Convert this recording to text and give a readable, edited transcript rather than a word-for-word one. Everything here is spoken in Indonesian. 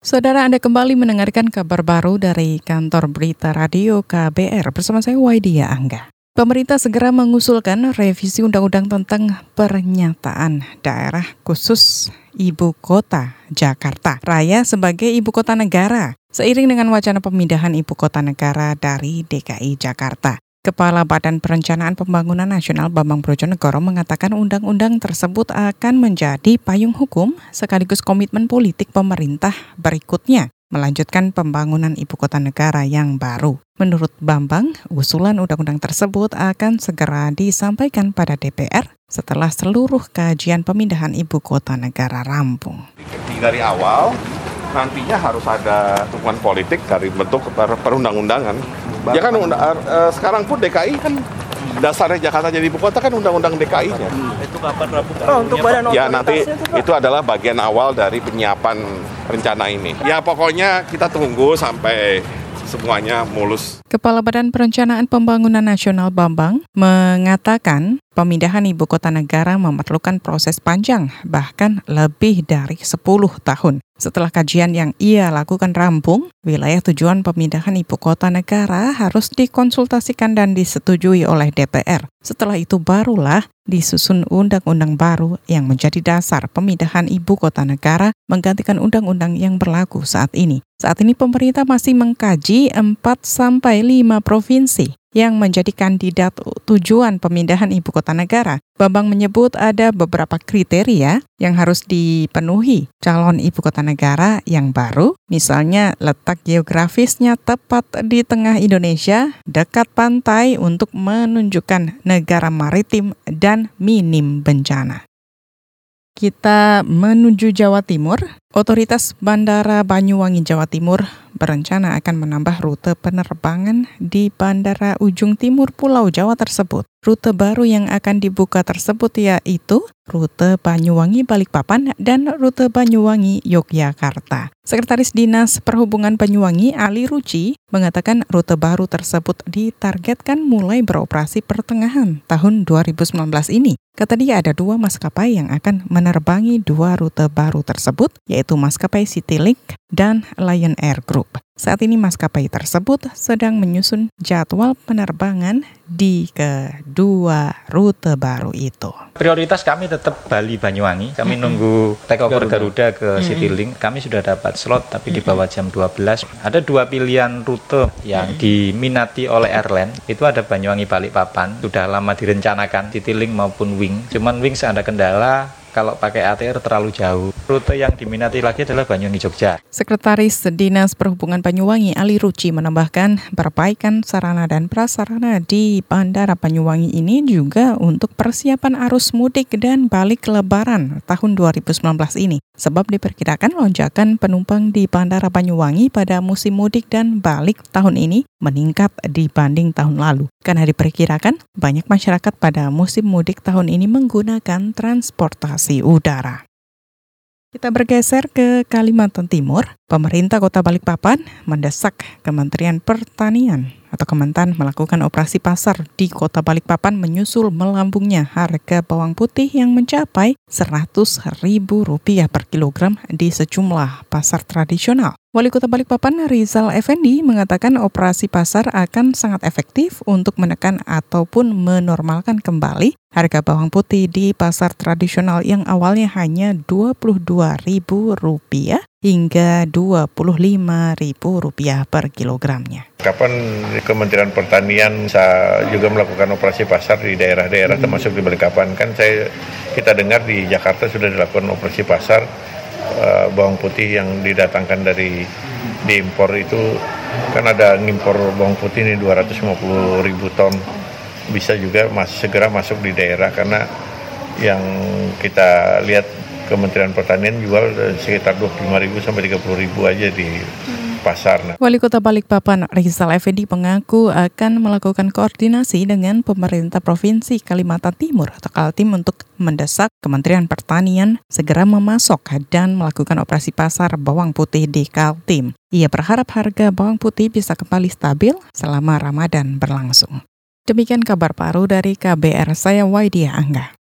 Saudara, Anda kembali mendengarkan kabar baru dari kantor berita radio KBR bersama saya Waidia Angga. Pemerintah segera mengusulkan revisi undang-undang tentang pernyataan daerah khusus Ibu Kota Jakarta Raya sebagai Ibu Kota Negara, seiring dengan wacana pemindahan Ibu Kota Negara dari DKI Jakarta. Kepala Badan Perencanaan Pembangunan Nasional Bambang Brojonegoro mengatakan undang-undang tersebut akan menjadi payung hukum sekaligus komitmen politik pemerintah berikutnya melanjutkan pembangunan ibu kota negara yang baru. Menurut Bambang, usulan undang-undang tersebut akan segera disampaikan pada DPR setelah seluruh kajian pemindahan ibu kota negara rampung. Dari awal nantinya harus ada dukungan politik dari bentuk perundang-undangan. Ya kan sekarang pun DKI kan dasarnya Jakarta jadi ibu kota kan undang-undang DKI-nya. Itu kapan Rabu? Untuk badan ya nanti itu adalah bagian awal dari penyiapan rencana ini. Ya pokoknya kita tunggu sampai semuanya mulus. Kepala Badan Perencanaan Pembangunan Nasional Bambang mengatakan pemindahan ibu kota negara memerlukan proses panjang, bahkan lebih dari 10 tahun. Setelah kajian yang ia lakukan rampung, wilayah tujuan pemindahan ibu kota negara harus dikonsultasikan dan disetujui oleh DPR. Setelah itu barulah disusun undang-undang baru yang menjadi dasar pemindahan ibu kota negara menggantikan undang-undang yang berlaku saat ini. Saat ini pemerintah masih mengkaji 4-5 provinsi yang menjadi kandidat tujuan pemindahan ibu kota negara. Bambang menyebut ada beberapa kriteria yang harus dipenuhi calon ibu kota negara yang baru, misalnya letak geografisnya tepat di tengah Indonesia, dekat pantai untuk menunjukkan negara maritim dan minim bencana. Kita menuju Jawa Timur. Otoritas Bandara Banyuwangi, Jawa Timur berencana akan menambah rute penerbangan di Bandara Ujung Timur Pulau Jawa tersebut. Rute baru yang akan dibuka tersebut yaitu rute Banyuwangi Balikpapan dan rute Banyuwangi Yogyakarta. Sekretaris Dinas Perhubungan Banyuwangi Ali Ruci mengatakan rute baru tersebut ditargetkan mulai beroperasi pertengahan tahun 2019 ini. Kata dia ada 2 maskapai yang akan menerbangi 2 rute baru tersebut, yaitu maskapai Citylink dan Lion Air Group. Saat ini maskapai tersebut sedang menyusun jadwal penerbangan di kedua rute baru itu. Prioritas kami tetap Bali Banyuwangi. Kami nunggu takeover Garuda ke Citylink. Kami sudah dapat slot tapi di bawah jam 12. Ada 2 pilihan rute yang diminati oleh airline. Itu ada Banyuwangi Balikpapan. Sudah lama direncanakan Citylink maupun Wing. Cuman Wing ada kendala. Kalau pakai ATR terlalu jauh. Rute yang diminati lagi adalah Banyuwangi Jogja. Sekretaris Dinas Perhubungan Banyuwangi Ali Ruci menambahkan perbaikan sarana dan prasarana di Bandara Banyuwangi ini juga untuk persiapan arus mudik dan balik lebaran tahun 2019 ini. Sebab diperkirakan lonjakan penumpang di Bandara Banyuwangi pada musim mudik dan balik tahun ini meningkat dibanding tahun lalu. Karena diperkirakan banyak masyarakat pada musim mudik tahun ini menggunakan transportasi udara. Kita bergeser ke Kalimantan Timur. Pemerintah Kota Balikpapan mendesak Kementerian Pertanian atau Kementan melakukan operasi pasar di Kota Balikpapan menyusul melambungnya harga bawang putih yang mencapai Rp100.000 per kilogram di sejumlah pasar tradisional. Wali Kota Balikpapan Rizal Effendi mengatakan operasi pasar akan sangat efektif untuk menekan ataupun menormalkan kembali harga bawang putih di pasar tradisional yang awalnya hanya Rp22.000 hingga Rp25.000 per kilogramnya. Kapan Kementerian Pertanian bisa juga melakukan operasi pasar di daerah-daerah termasuk di Balikpapan? Kan kita dengar di Jakarta sudah dilakukan operasi pasar bawang putih yang didatangkan dari diimpor itu kan ada ngimpor bawang putih ini 250.000 ton, bisa juga segera masuk di daerah karena yang kita lihat Kementerian Pertanian jual sekitar 25.000 sampai 30.000 aja di pasar. Wali Kota Balikpapan Rizal Effendi mengaku akan melakukan koordinasi dengan pemerintah Provinsi Kalimantan Timur atau Kaltim untuk mendesak Kementerian Pertanian segera memasok dan melakukan operasi pasar bawang putih di Kaltim. Ia berharap harga bawang putih bisa kembali stabil selama Ramadan berlangsung. Demikian kabar baru dari KBR, saya Waidia Angga.